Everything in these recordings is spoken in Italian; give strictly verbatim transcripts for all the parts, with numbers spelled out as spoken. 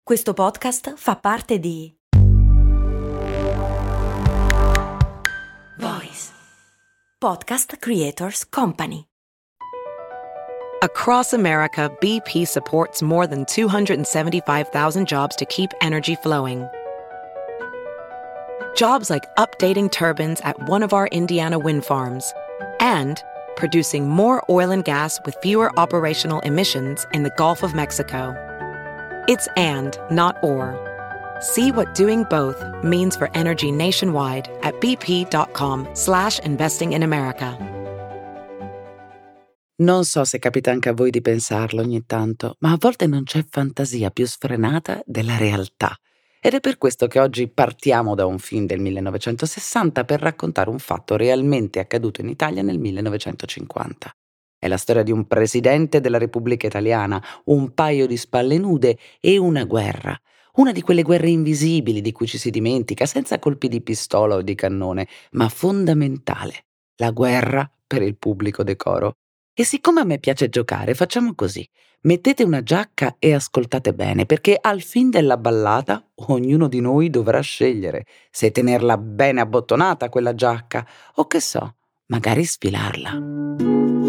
Questo podcast fa parte di Voice Podcast Creators Company. Across America, B P supports more than two hundred seventy-five thousand jobs to keep energy flowing. Jobs like updating turbines at one of our Indiana wind farms and producing more oil and gas with fewer operational emissions in the Gulf of Mexico. It's and, not or. See what doing both means for energy nationwide at bp.com slash investing in America. Non so se capita anche a voi di pensarlo ogni tanto, ma a volte non c'è fantasia più sfrenata della realtà. Ed è per questo che oggi partiamo da un film del millenovecentosessanta per raccontare un fatto realmente accaduto in Italia nel millenovecentocinquanta. È la storia di un presidente della Repubblica Italiana, un paio di spalle nude e una guerra. Una di quelle guerre invisibili di cui ci si dimentica, senza colpi di pistola o di cannone, ma fondamentale. La guerra per il pubblico decoro. E siccome a me piace giocare, facciamo così. Mettete una giacca e ascoltate bene, perché al fin della ballata ognuno di noi dovrà scegliere se tenerla bene abbottonata quella giacca o, che so, magari sfilarla.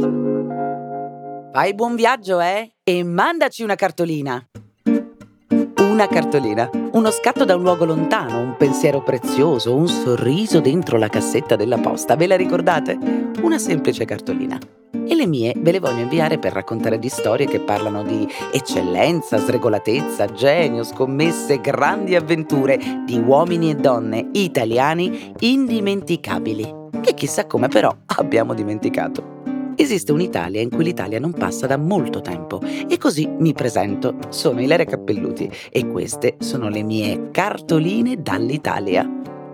Fai buon viaggio, eh? E mandaci una cartolina. Una cartolina, uno scatto da un luogo lontano, un pensiero prezioso, un sorriso dentro la cassetta della posta. Ve la ricordate? Una semplice cartolina. E le mie ve le voglio inviare per raccontare di storie che parlano di eccellenza, sregolatezza, genio, scommesse, grandi avventure, di uomini e donne italiani indimenticabili, che chissà come però abbiamo dimenticato. Esiste un'Italia in cui l'Italia non passa da molto tempo e così mi presento. Sono Ilaria Cappelluti e queste sono le mie cartoline dall'Italia.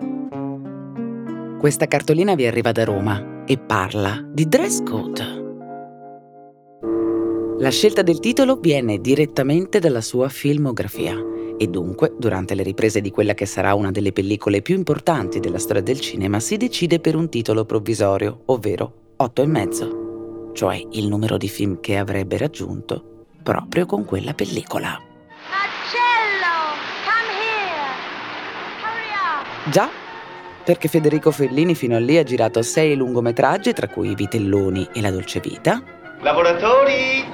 Questa cartolina vi arriva da Roma e parla di dress code. La scelta del titolo viene direttamente dalla sua filmografia e dunque, durante le riprese di quella che sarà una delle pellicole più importanti della storia del cinema, si decide per un titolo provvisorio, ovvero otto e mezzo. Cioè il numero di film che avrebbe raggiunto proprio con quella pellicola. Marcello, come here. Hurry up. Già, perché Federico Fellini fino a lì ha girato sei lungometraggi, tra cui I Vitelloni e La dolce vita. Lavoratori!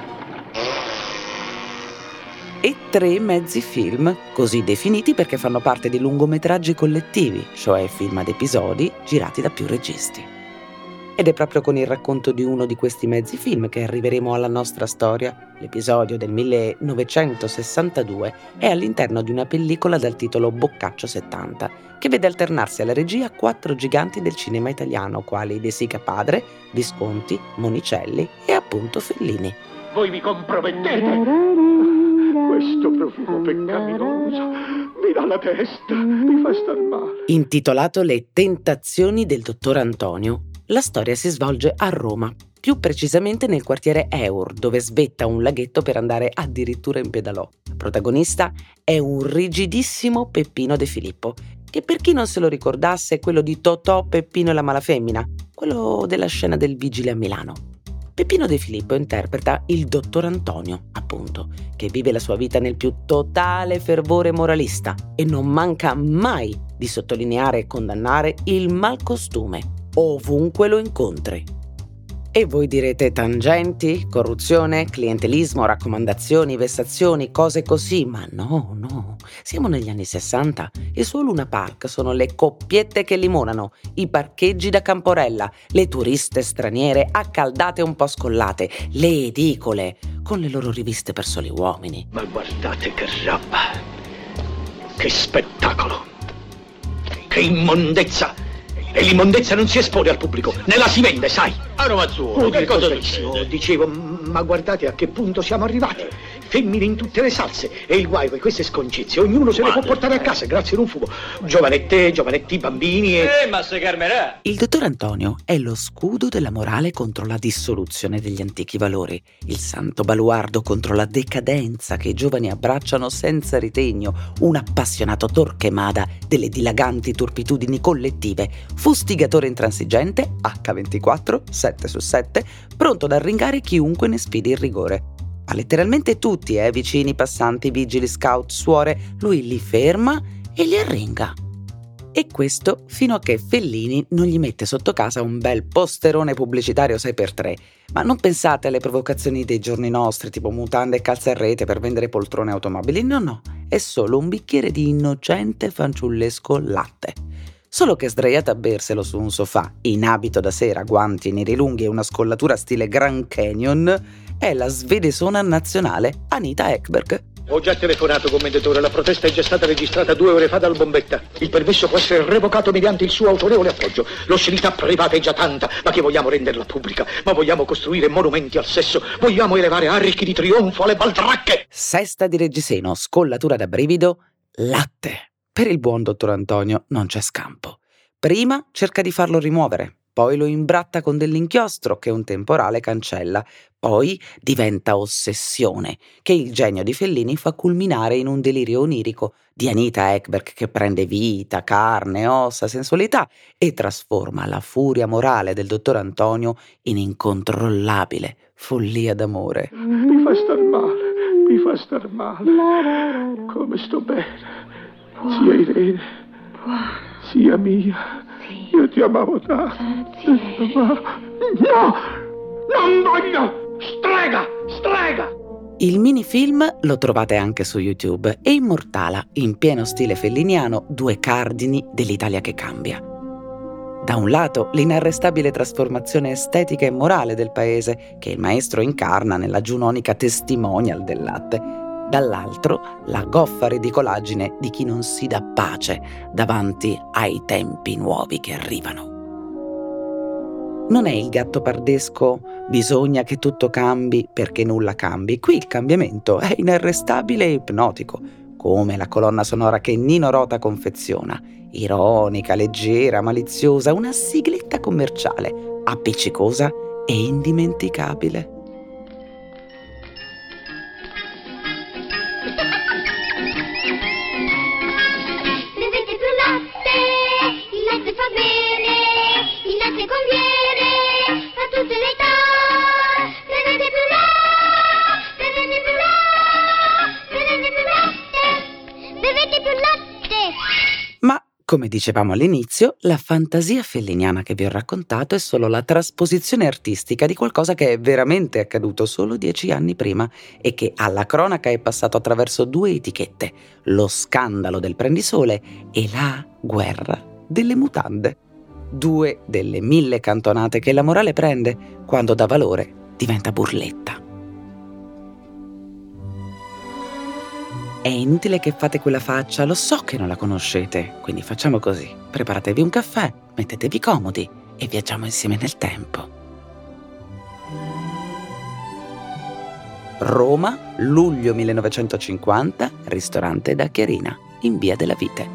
E tre mezzi film, così definiti perché fanno parte di lungometraggi collettivi, cioè film ad episodi girati da più registi. Ed è proprio con il racconto di uno di questi mezzi film che arriveremo alla nostra storia. L'episodio del millenovecentosessantadue è all'interno di una pellicola dal titolo Boccaccio settanta, che vede alternarsi alla regia quattro giganti del cinema italiano, quali De Sica padre, Visconti, Monicelli e appunto Fellini. Voi vi compromettete! Questo profumo peccaminoso mi dà la testa, mi fa star male. Intitolato Le tentazioni del dottor Antonio, la storia si svolge a Roma, più precisamente nel quartiere Eur, dove svetta un laghetto per andare addirittura in pedalò. Protagonista è un rigidissimo Peppino De Filippo, che per chi non se lo ricordasse è quello di Totò, Peppino e la malafemmina, quello della scena del vigile a Milano. Peppino De Filippo interpreta il dottor Antonio, appunto, che vive la sua vita nel più totale fervore moralista e non manca mai di sottolineare e condannare il malcostume, ovunque lo incontri. E voi direte tangenti, corruzione, clientelismo, raccomandazioni, vessazioni, cose così, ma no, no, siamo negli anni sessanta e su Luna Park sono le coppiette che limonano, i parcheggi da Camporella, le turiste straniere accaldate e un po' scollate, le edicole con le loro riviste per soli uomini. Ma guardate che roba, che spettacolo, che immondezza! E l'immondezza non si espone al pubblico, né la si vende, sai? A Romazzuolo, Oh, che cosa dicevo, succede? dicevo, ma guardate a che punto siamo arrivati. Femmine in tutte le salse. E il guai per queste sconcizie, ognuno se le può portare a casa grazie ad un fumo. Giovanette, giovanetti, bambini e... Eh, ma se calmerà! Il dottor Antonio è lo scudo della morale contro la dissoluzione degli antichi valori, il santo baluardo contro la decadenza che i giovani abbracciano senza ritegno, un appassionato Torquemada delle dilaganti turpitudini collettive, fustigatore intransigente, acca ventiquattro, sette su sette, pronto ad arringare chiunque ne sfidi il rigore. ma letteralmente tutti, eh, vicini, passanti, vigili, scout, suore, lui li ferma e li arringa. E questo fino a che Fellini non gli mette sotto casa un bel posterone pubblicitario sei per tre. Ma non pensate alle provocazioni dei giorni nostri, tipo mutande e calze a rete per vendere poltrone automobili, no no, è solo un bicchiere di innocente fanciullesco latte. Solo che sdraiata a berselo su un sofà, in abito da sera, guanti neri lunghi e una scollatura stile Grand Canyon, è la svedesona nazionale Anita Ekberg. Ho già telefonato, commendatore, la protesta è già stata registrata due ore fa dal Bombetta. Il permesso può essere revocato mediante il suo autorevole appoggio. L'ostilità privata è già tanta, ma che vogliamo renderla pubblica? Ma vogliamo costruire monumenti al sesso? Vogliamo elevare arricchi di trionfo alle baldracche? Sesta di Reggiseno, scollatura da brivido, latte. Per il buon dottor Antonio non c'è scampo. Prima cerca di farlo rimuovere, poi lo imbratta con dell'inchiostro che un temporale cancella, poi diventa ossessione, che il genio di Fellini fa culminare in un delirio onirico di Anita Ekberg che prende vita, carne, ossa, sensualità e trasforma la furia morale del dottor Antonio in incontrollabile follia d'amore. Mi fa star male, mi fa star male. Come sto bene. Sia Irene, sia mia. Io ti amavo tanto. Ma... No! Non voglio! Strega! Strega! Il minifilm lo trovate anche su YouTube e immortala, in pieno stile felliniano, due cardini dell'Italia che cambia. Da un lato, l'inarrestabile trasformazione estetica e morale del paese, che il maestro incarna nella giunonica testimonial del latte. Dall'altro, la goffa ridicolaggine di chi non si dà pace davanti ai tempi nuovi che arrivano. Non è il Gattopardesco bisogna che tutto cambi perché nulla cambi. Qui il cambiamento è inarrestabile e ipnotico, come la colonna sonora che Nino Rota confeziona, ironica, leggera, maliziosa, una sigletta commerciale, appiccicosa e indimenticabile. Bevete più latte, il latte fa bene, il latte conviene a tutte le età. Bevete più latte, bevete più latte, bevete più latte, bevete più latte. Ma, come dicevamo all'inizio, la fantasia felliniana che vi ho raccontato è solo la trasposizione artistica di qualcosa che è veramente accaduto solo dieci anni prima e che alla cronaca è passato attraverso due etichette, lo scandalo del prendisole e la guerra delle mutande. Due delle mille cantonate che la morale prende quando da valore diventa burletta. È inutile che fate quella faccia, lo so che non la conoscete, quindi facciamo così. Preparatevi un caffè, mettetevi comodi e viaggiamo insieme nel tempo. Roma, luglio millenovecentocinquanta, ristorante da Chiarina, in Via della Vite.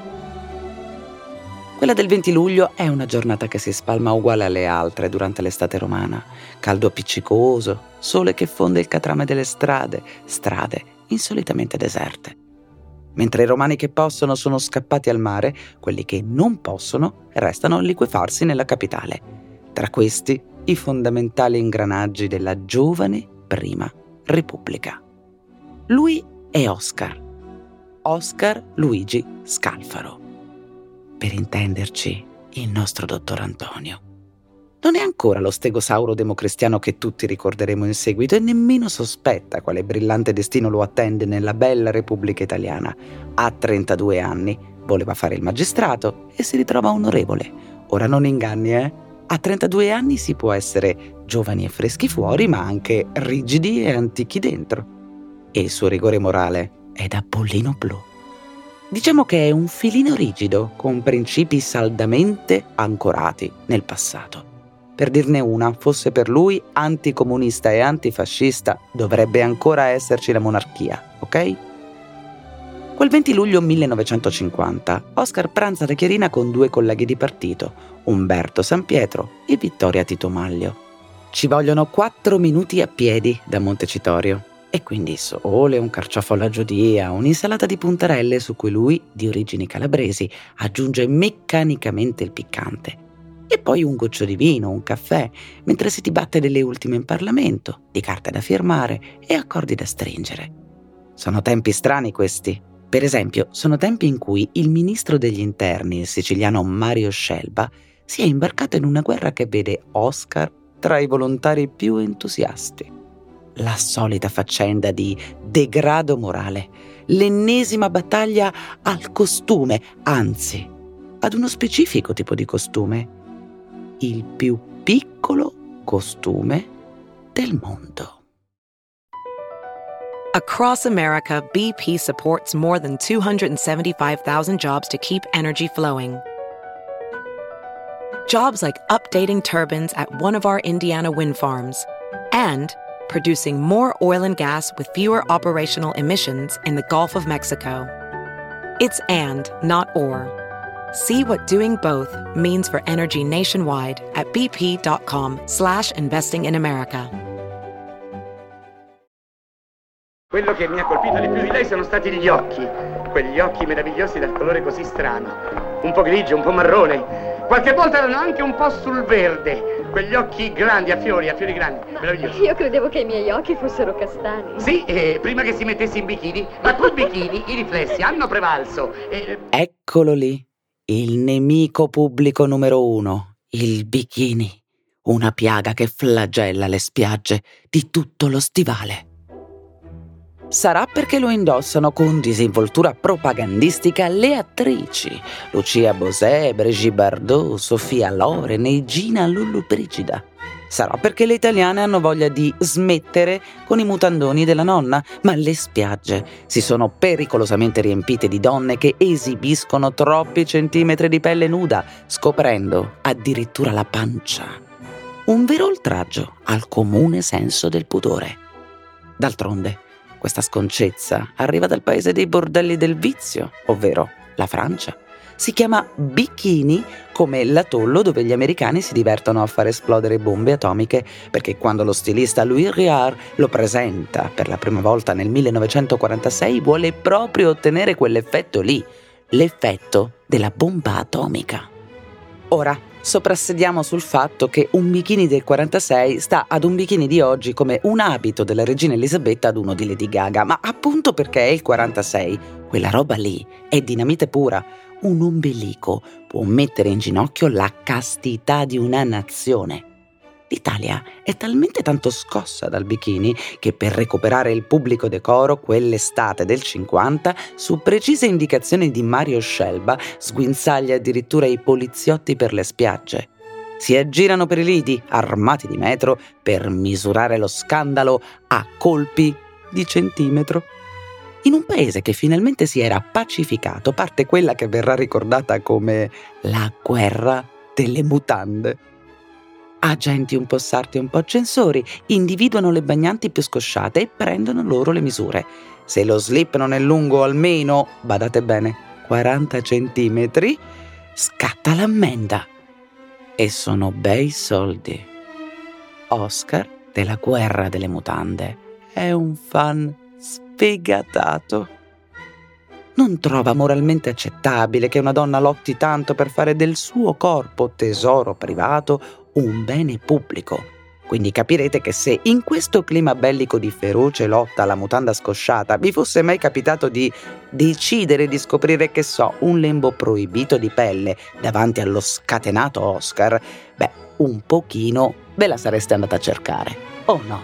Quella del venti luglio è una giornata che si spalma uguale alle altre durante l'estate romana. Caldo appiccicoso, sole che fonde il catrame delle strade, strade insolitamente deserte. Mentre i romani che possono sono scappati al mare, quelli che non possono restano a liquefarsi nella capitale. Tra questi i fondamentali ingranaggi della giovane Prima Repubblica. Lui è Oscar. Oscar Luigi Scalfaro. Per intenderci, il nostro dottor Antonio. Non è ancora lo stegosauro democristiano che tutti ricorderemo in seguito e nemmeno sospetta quale brillante destino lo attende nella bella Repubblica Italiana. Ha trentadue anni, voleva fare il magistrato e si ritrova onorevole. Ora non inganni, eh? A trentadue anni si può essere giovani e freschi fuori, ma anche rigidi e antichi dentro. E il suo rigore morale è da pollino blu. Diciamo che è un filino rigido, con principi saldamente ancorati nel passato. Per dirne una, fosse per lui anticomunista e antifascista, dovrebbe ancora esserci la monarchia, ok? Quel venti luglio millenovecentocinquanta, Oscar pranza da Chiarina con due colleghi di partito, Umberto Sampietro e Vittoria Tito Maglio. Ci vogliono quattro minuti a piedi da Montecitorio. E quindi sole, un carciofo alla giudia, un'insalata di puntarelle su cui lui, di origini calabresi, aggiunge meccanicamente il piccante. E poi un goccio di vino, un caffè, mentre si dibatte delle ultime in Parlamento, di carte da firmare e accordi da stringere. Sono tempi strani questi. Per esempio, sono tempi in cui il ministro degli interni, il siciliano Mario Scelba, si è imbarcato in una guerra che vede Oscar tra i volontari più entusiasti. La solita faccenda di degrado morale, l'ennesima battaglia al costume, anzi, ad uno specifico tipo di costume, il più piccolo costume del mondo. Across America, B P supports more than two hundred seventy-five thousand jobs to keep energy flowing. Jobs like updating turbines at one of our Indiana wind farms and producing more oil and gas with fewer operational emissions in the Gulf of Mexico. It's and, not or. See what doing both means for energy nationwide at bp.com slash investing in America. Quello che mi ha colpito di più di lei sono stati gli occhi. Quegli occhi meravigliosi dal colore così strano. Un po' grigio, un po' marrone. Qualche volta erano anche un po' sul verde. Quegli occhi grandi, a fiori, a fiori grandi. Meravigliosi. Io credevo che i miei occhi fossero castani. Sì, eh, prima che si mettesse in bikini, ma col bikini i riflessi hanno prevalso. Eh, Eccolo lì. Il nemico pubblico numero uno, il bikini, una piaga che flagella le spiagge di tutto lo stivale. Sarà perché lo indossano con disinvoltura propagandistica le attrici Lucia Bosé, Brigitte Bardot, Sofia Loren e Gina Lollobrigida. Sarà perché le italiane hanno voglia di smettere con i mutandoni della nonna, ma le spiagge si sono pericolosamente riempite di donne che esibiscono troppi centimetri di pelle nuda, scoprendo addirittura la pancia. Un vero oltraggio al comune senso del pudore. D'altronde, questa sconcezza arriva dal paese dei bordelli del vizio, ovvero la Francia. Si chiama bikini come l'atollo dove gli americani si divertono a far esplodere bombe atomiche, perché quando lo stilista Louis Réard lo presenta per la prima volta nel millenovecentoquarantasei vuole proprio ottenere quell'effetto lì, l'effetto della bomba atomica. Ora, soprassediamo sul fatto che un bikini del quarantasei sta ad un bikini di oggi come un abito della regina Elisabetta ad uno di Lady Gaga, ma appunto perché è il quarantasei, quella roba lì è dinamite pura. Un ombelico può mettere in ginocchio la castità di una nazione. L'Italia è talmente tanto scossa dal bikini che per recuperare il pubblico decoro quell'estate del cinquanta, su precise indicazioni di Mario Scelba, sguinzaglia addirittura i poliziotti per le spiagge. Si aggirano per i lidi, armati di metro, per misurare lo scandalo a colpi di centimetro. In un paese che finalmente si era pacificato parte quella che verrà ricordata come la guerra delle mutande. Agenti un po' sarti e un po' censori individuano le bagnanti più scosciate e prendono loro le misure. Se lo slip non è lungo almeno, badate bene, quaranta centimetri, scatta l'ammenda. E sono bei soldi. Oscar della guerra delle mutande è un fan sfegatato. Non trova moralmente accettabile che una donna lotti tanto per fare del suo corpo tesoro privato un bene pubblico. Quindi capirete che se in questo clima bellico di feroce lotta alla mutanda scosciata vi fosse mai capitato di decidere di scoprire, che so, un lembo proibito di pelle davanti allo scatenato Oscar, beh, un pochino ve la sareste andata a cercare, o no?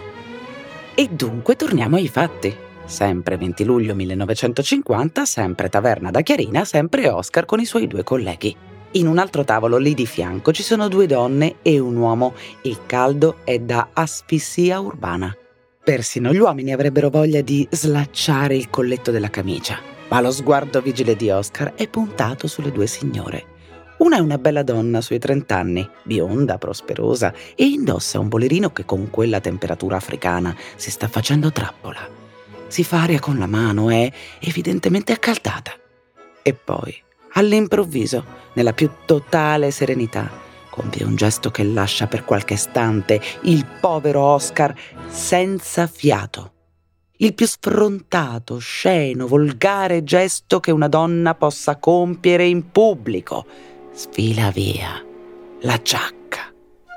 E dunque torniamo ai fatti. Sempre venti luglio millenovecentocinquanta, sempre taverna da Chiarina, sempre Oscar con i suoi due colleghi. In un altro tavolo lì di fianco ci sono due donne e un uomo. Il caldo è da asfissia urbana. Persino gli uomini avrebbero voglia di slacciare il colletto della camicia, ma lo sguardo vigile di Oscar è puntato sulle due signore. Una è una bella donna sui trent'anni, bionda, prosperosa, e indossa un bolerino che con quella temperatura africana si sta facendo trappola. Si fa aria con la mano, è evidentemente accaldata. E poi, all'improvviso, nella più totale serenità, compie un gesto che lascia per qualche istante il povero Oscar senza fiato. Il più sfrontato, sceno, volgare gesto che una donna possa compiere in pubblico. Sfila via, la giacca.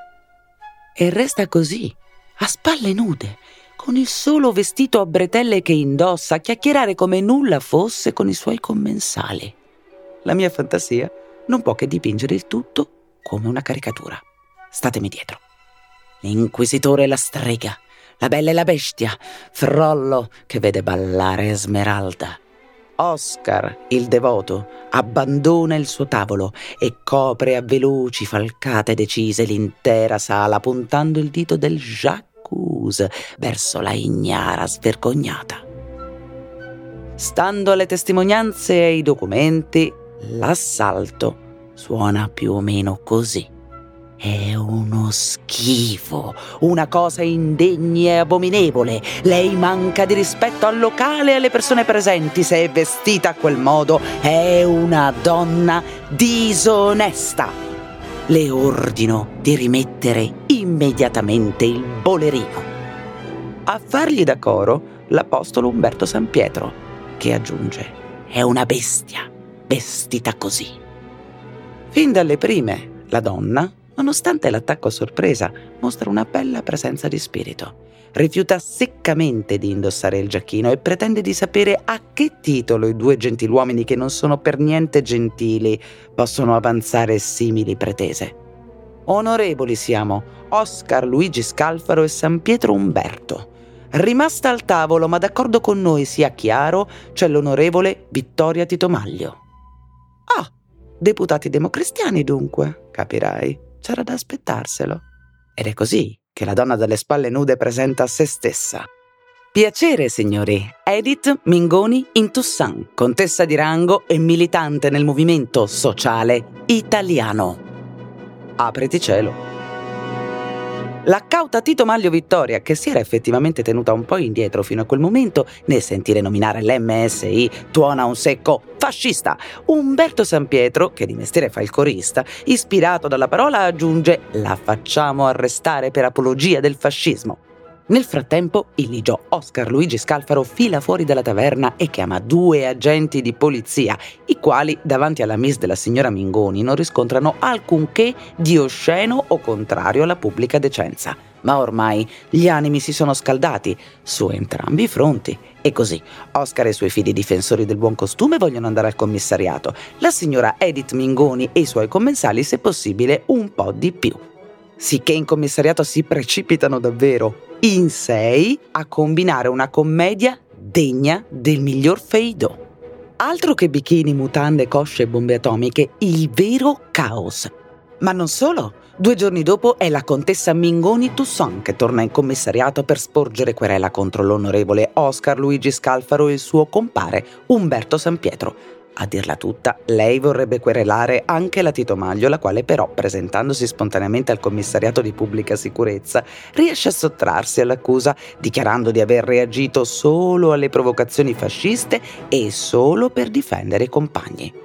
E resta così, a spalle nude, con il solo vestito a bretelle che indossa, a chiacchierare come nulla fosse con i suoi commensali. La mia fantasia non può che dipingere il tutto come una caricatura. Statemi dietro. L'inquisitore e la strega, la bella e la bestia, Frollo che vede ballare Esmeralda. Oscar, il devoto, abbandona il suo tavolo e copre a veloci falcate decise l'intera sala, puntando il dito del J'accuse verso la ignara svergognata. Stando alle testimonianze e ai documenti, l'assalto suona più o meno così. È uno schifo, una cosa indegna e abominevole. Lei manca di rispetto al locale e alle persone presenti. Se è vestita a quel modo, è una donna disonesta. Le ordino di rimettere immediatamente il bolerino. A fargli da coro l'apostolo Umberto Sampietro, che aggiunge: è una bestia, vestita così. Fin dalle prime, la donna, nonostante l'attacco a sorpresa, mostra una bella presenza di spirito. Rifiuta seccamente di indossare il giacchino e pretende di sapere a che titolo i due gentiluomini, che non sono per niente gentili, possono avanzare simili pretese. Onorevoli siamo Oscar Luigi Scalfaro e Sampietro Umberto. Rimasta al tavolo, ma d'accordo con noi sia chiaro, c'è l'onorevole Vittoria Titomaglio. Ah, deputati democristiani dunque, capirai. C'era da aspettarselo. Ed è così che la donna dalle spalle nude presenta se stessa. Piacere, signori. Edith Mingoni Intoussaint, contessa di rango e militante nel movimento sociale italiano. Apriti cielo. La cauta Titomaglio Vittoria, che si era effettivamente tenuta un po' indietro fino a quel momento, nel sentire nominare l'M S I, tuona un secco fascista. Umberto Sampietro, che di mestiere fa il corista, ispirato dalla parola aggiunge: la facciamo arrestare per apologia del fascismo. Nel frattempo, il ligio Oscar Luigi Scalfaro fila fuori dalla taverna e chiama due agenti di polizia, i quali, davanti alla miss della signora Mingoni, non riscontrano alcunché di osceno o contrario alla pubblica decenza. Ma ormai gli animi si sono scaldati su entrambi i fronti. E così Oscar e i suoi fidi difensori del buon costume vogliono andare al commissariato. La signora Edith Mingoni e i suoi commensali, se possibile, un po' di più. Sicché in commissariato si precipitano davvero in sei a combinare una commedia degna del miglior Feydeau. Altro che bikini, mutande, cosce e bombe atomiche, il vero caos. Ma non solo. Due giorni dopo è la contessa Mingoni Toussaint che torna in commissariato per sporgere querela contro l'onorevole Oscar Luigi Scalfaro e il suo compare Umberto Sampietro. A dirla tutta, lei vorrebbe querelare anche la Titomaglio, la quale però, presentandosi spontaneamente al commissariato di pubblica sicurezza, riesce a sottrarsi all'accusa, dichiarando di aver reagito solo alle provocazioni fasciste e solo per difendere i compagni.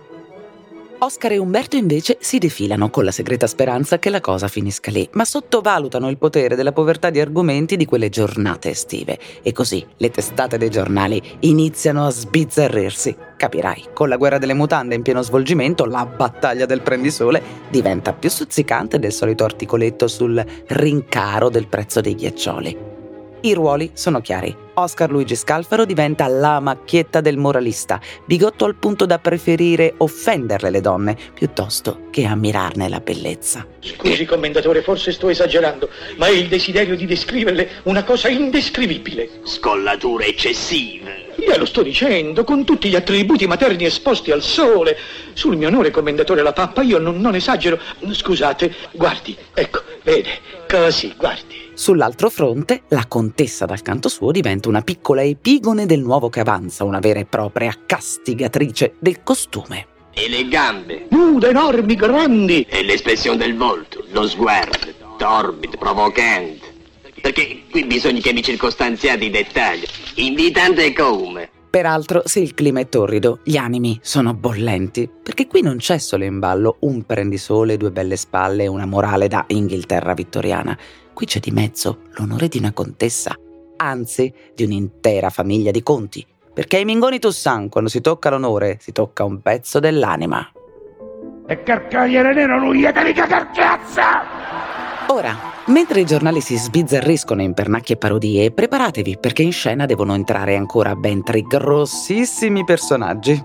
Oscar e Umberto invece si defilano con la segreta speranza che la cosa finisca lì, ma sottovalutano il potere della povertà di argomenti di quelle giornate estive. E così le testate dei giornali iniziano a sbizzarrirsi. Capirai, con la guerra delle mutande in pieno svolgimento, la battaglia del prendisole diventa più stuzzicante del solito articoletto sul rincaro del prezzo dei ghiaccioli. I ruoli sono chiari. Oscar Luigi Scalfaro diventa la macchietta del moralista, bigotto al punto da preferire offenderle le donne piuttosto che ammirarne la bellezza. Scusi, commendatore, forse sto esagerando, ma è il desiderio di descriverle una cosa indescrivibile. Scollature eccessive. Glielo sto dicendo, con tutti gli attributi materni esposti al sole. Sul mio onore, commendatore La Pappa, io non, non esagero. Scusate, guardi, ecco, vede, così, guardi. Sull'altro fronte, la contessa dal canto suo diventa una piccola epigone del nuovo che avanza, una vera e propria castigatrice del costume. E le gambe? Nude, enormi, grandi. E l'espressione del volto, lo sguardo, torbido, provocante. Perché qui bisogna che mi circostanziate i dettagli. Invitante come? Peraltro, se il clima è torrido, gli animi sono bollenti, perché qui non c'è solo in ballo un prendisole, due belle spalle e una morale da Inghilterra vittoriana. Qui c'è di mezzo l'onore di una contessa, anzi di un'intera famiglia di conti, perché ai Mingoni Toussaint, quando si tocca l'onore, si tocca un pezzo dell'anima. E Carcagliere Nero lui è mica carcazza! Ora, mentre i giornali si sbizzarriscono in pernacchie e parodie, preparatevi perché in scena devono entrare ancora ben tre grossissimi personaggi.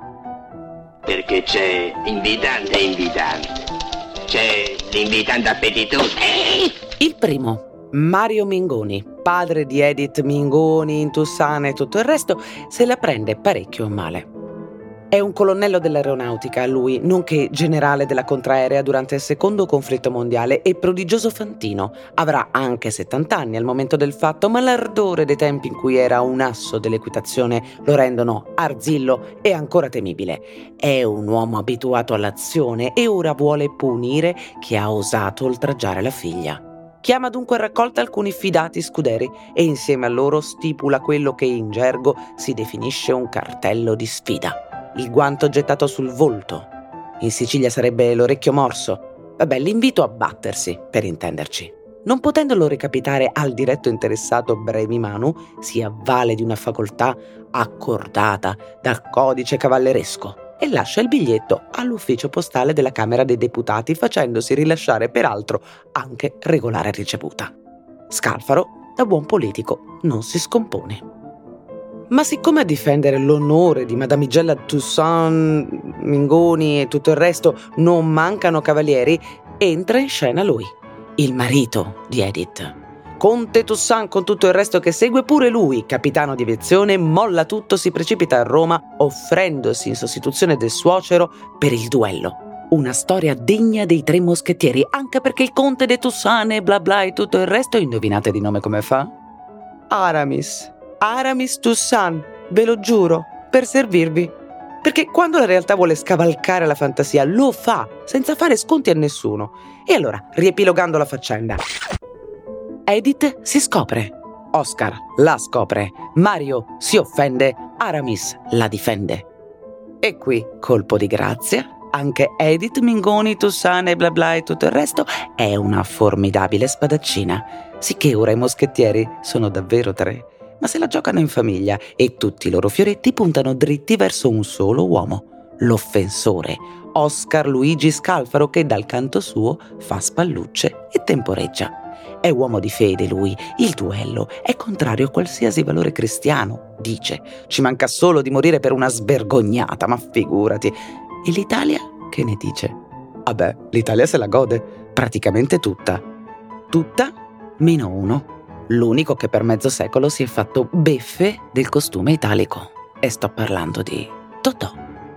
Perché c'è invitante e invitante. C'è l'invitante appetitoso. Il primo, Mario Mingoni, padre di Edith Mingoni, Intussana e tutto il resto, se la prende parecchio male. È un colonnello dell'aeronautica, lui, nonché generale della contraerea durante il secondo conflitto mondiale e prodigioso fantino. Avrà anche settanta anni al momento del fatto, ma l'ardore dei tempi in cui era un asso dell'equitazione lo rendono arzillo e ancora temibile. È un uomo abituato all'azione e ora vuole punire chi ha osato oltraggiare la figlia. Chiama dunque a raccolta alcuni fidati scuderi e insieme a loro stipula quello che in gergo si definisce un cartello di sfida. Il guanto gettato sul volto. In Sicilia sarebbe l'orecchio morso. Vabbè, l'invito a battersi, per intenderci. Non potendolo recapitare al diretto interessato brevi manu, si avvale di una facoltà accordata dal codice cavalleresco e lascia il biglietto all'ufficio postale della Camera dei Deputati, facendosi rilasciare peraltro anche regolare ricevuta. Scalfaro, da buon politico, non si scompone. Ma siccome a difendere l'onore di Madamigella Toussaint, Mingoni e tutto il resto non mancano cavalieri, entra in scena lui, il marito di Edith. Conte Toussaint, con tutto il resto che segue, pure lui, capitano di aviazione, molla tutto, si precipita a Roma, offrendosi in sostituzione del suocero per il duello. Una storia degna dei Tre Moschettieri, anche perché il conte de Toussaint e bla bla e tutto il resto, indovinate di nome come fa? Aramis. Aramis Toussaint, ve lo giuro, per servirvi. Perché quando la realtà vuole scavalcare la fantasia, lo fa, senza fare sconti a nessuno. E allora, riepilogando la faccenda. Edith si scopre. Oscar la scopre. Mario si offende. Aramis la difende. E qui, colpo di grazia, anche Edith Mingoni, Toussaint e bla bla e tutto il resto è una formidabile spadaccina. Sicché ora i moschettieri sono davvero tre. Ma se la giocano in famiglia e tutti i loro fioretti puntano dritti verso un solo uomo, l'offensore, Oscar Luigi Scalfaro, che dal canto suo fa spallucce e temporeggia. È uomo di fede lui, il duello è contrario a qualsiasi valore cristiano, dice. Ci manca solo di morire per una svergognata, ma figurati. E l'Italia che ne dice? Vabbè, l'Italia se la gode, praticamente tutta. Tutta meno uno. L'unico che per mezzo secolo si è fatto beffe del costume italico. E sto parlando di Totò.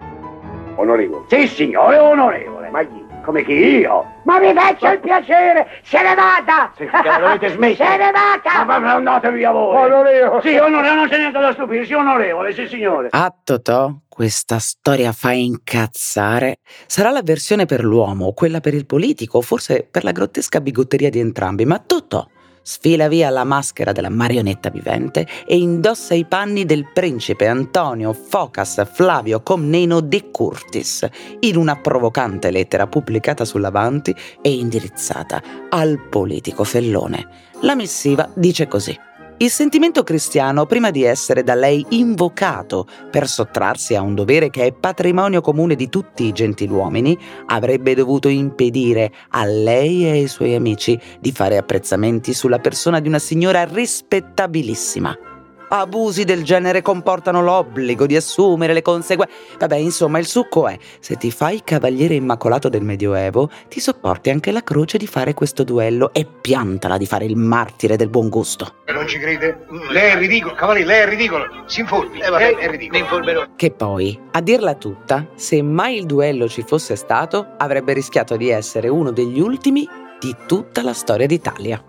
Onorevole. Sì, signore, onorevole. Ma chi? Come chi io? Ma mi faccia il piacere, se ne vada! Se l'avete smesso. Se ne vada! Ma, ma andate via voi! Onorevole! Sì, onorevole, non c'è niente da stupirsi, onorevole, sì signore. A Totò questa storia fa incazzare. Sarà la versione per l'uomo o quella per il politico, o forse per la grottesca bigotteria di entrambi, ma Totò sfila via la maschera della marionetta vivente e indossa i panni del principe Antonio Focas Flavio Comneno de Curtis in una provocante lettera pubblicata sull'Avanti e indirizzata al politico Fellone. La missiva dice così: il sentimento cristiano, prima di essere da lei invocato per sottrarsi a un dovere che è patrimonio comune di tutti i gentiluomini, avrebbe dovuto impedire a lei e ai suoi amici di fare apprezzamenti sulla persona di una signora rispettabilissima. Abusi del genere comportano l'obbligo di assumere le conseguenze. Vabbè, insomma, il succo è: se ti fai cavaliere immacolato del Medioevo, ti sopporti anche la croce di fare questo duello e piantala di fare il martire del buon gusto. Non ci crede? Lei è ridicolo, cavaliere, lei è ridicolo. Si informi, eh, vabbè, è ridicolo. Mi informerò. Che poi, a dirla tutta, se mai il duello ci fosse stato, avrebbe rischiato di essere uno degli ultimi di tutta la storia d'Italia.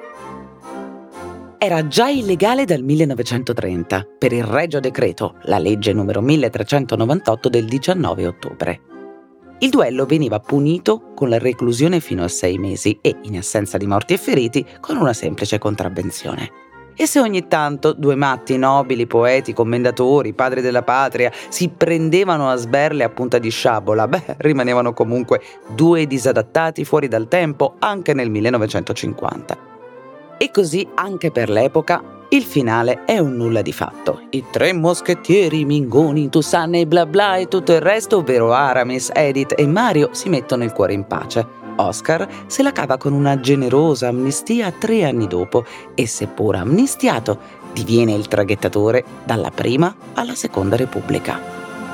Era già illegale dal millenovecentotrenta per il Regio Decreto, la legge numero milletrecentonovantotto del diciannove ottobre. Il duello veniva punito con la reclusione fino a sei mesi e, in assenza di morti e feriti, con una semplice contravvenzione. E se ogni tanto due matti nobili, poeti, commendatori, padri della patria si prendevano a sberle a punta di sciabola, beh, rimanevano comunque due disadattati fuori dal tempo anche nel millenovecentocinquanta. E così anche per l'epoca Il finale è un nulla di fatto. I tre moschettieri, Mingoni, Toussaint e bla bla e tutto il resto, ovvero Aramis, Edith e Mario, si mettono il cuore in pace. Oscar se la cava con una generosa amnistia tre anni dopo e, seppur amnistiato, diviene il traghettatore dalla prima alla seconda Repubblica.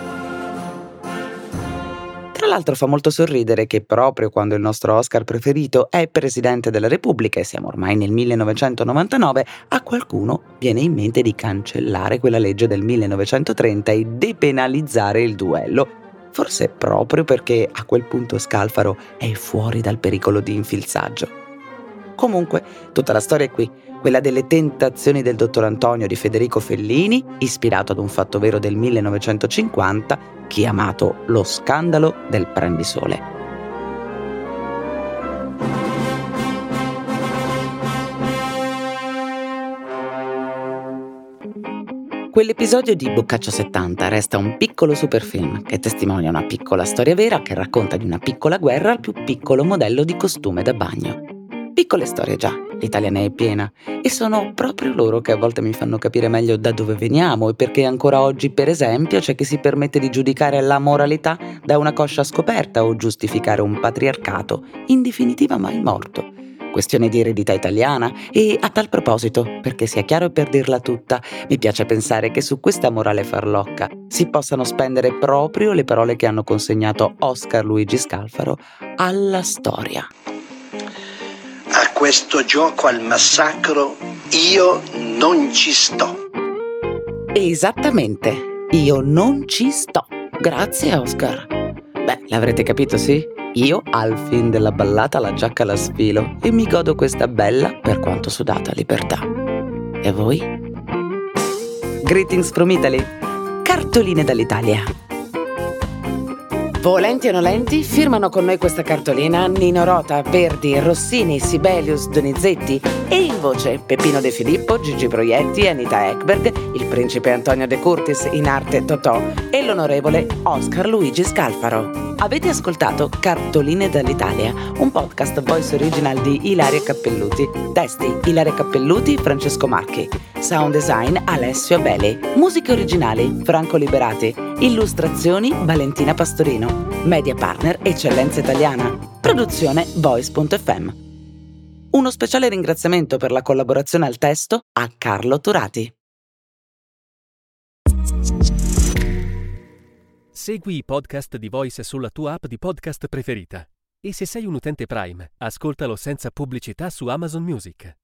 Tra l'altro fa molto sorridere che proprio quando il nostro Oscar preferito è Presidente della Repubblica, e siamo ormai nel millenovecentonovantanove, a qualcuno viene in mente di cancellare quella legge del millenovecentotrenta e depenalizzare il duello. Forse proprio perché a quel punto Scalfaro è fuori dal pericolo di infilzaggio. Comunque, tutta la storia è qui, quella delle tentazioni del dottor Antonio di Federico Fellini, ispirato ad un fatto vero del millenovecentocinquanta, chiamato Lo scandalo del prendisole. Quell'episodio di Boccaccio settanta resta un piccolo superfilm che testimonia una piccola storia vera che racconta di una piccola guerra al più piccolo modello di costume da bagno. Piccole storie già, l'Italia ne è piena, e sono proprio loro che a volte mi fanno capire meglio da dove veniamo e perché ancora oggi, per esempio, c'è chi si permette di giudicare la moralità da una coscia scoperta o giustificare un patriarcato, in definitiva mai morto. Questione di eredità italiana e, a tal proposito, perché sia chiaro e per dirla tutta, mi piace pensare che su questa morale farlocca si possano spendere proprio le parole che hanno consegnato Oscar Luigi Scalfaro alla storia. A questo gioco al massacro io non ci sto. Esattamente, io non ci sto. Grazie, Oscar. Beh, l'avrete capito, sì? Io al fin della ballata la giacca la sfilo e mi godo questa bella, per quanto sudata, libertà. E voi? Greetings from Italy. Cartoline dall'Italia. Volenti o nolenti, firmano con noi questa cartolina Nino Rota, Verdi, Rossini, Sibelius, Donizetti e in voce Peppino De Filippo, Gigi Proietti, Anita Ekberg, il principe Antonio De Curtis, in arte Totò e l'onorevole Oscar Luigi Scalfaro. Avete ascoltato Cartoline dall'Italia, un podcast voice original di Ilaria Cappelluti. Testi Ilaria Cappelluti, Francesco Macchi. Sound design Alessio Abeli. Musiche originali Franco Liberati. Illustrazioni Valentina Pastorino. Media partner Eccellenza Italiana. Produzione voice punto effe emme. Uno speciale ringraziamento per la collaborazione al testo a Carlo Turati. Segui i podcast di Voice sulla tua app di podcast preferita. E se sei un utente Prime, ascoltalo senza pubblicità su Amazon Music.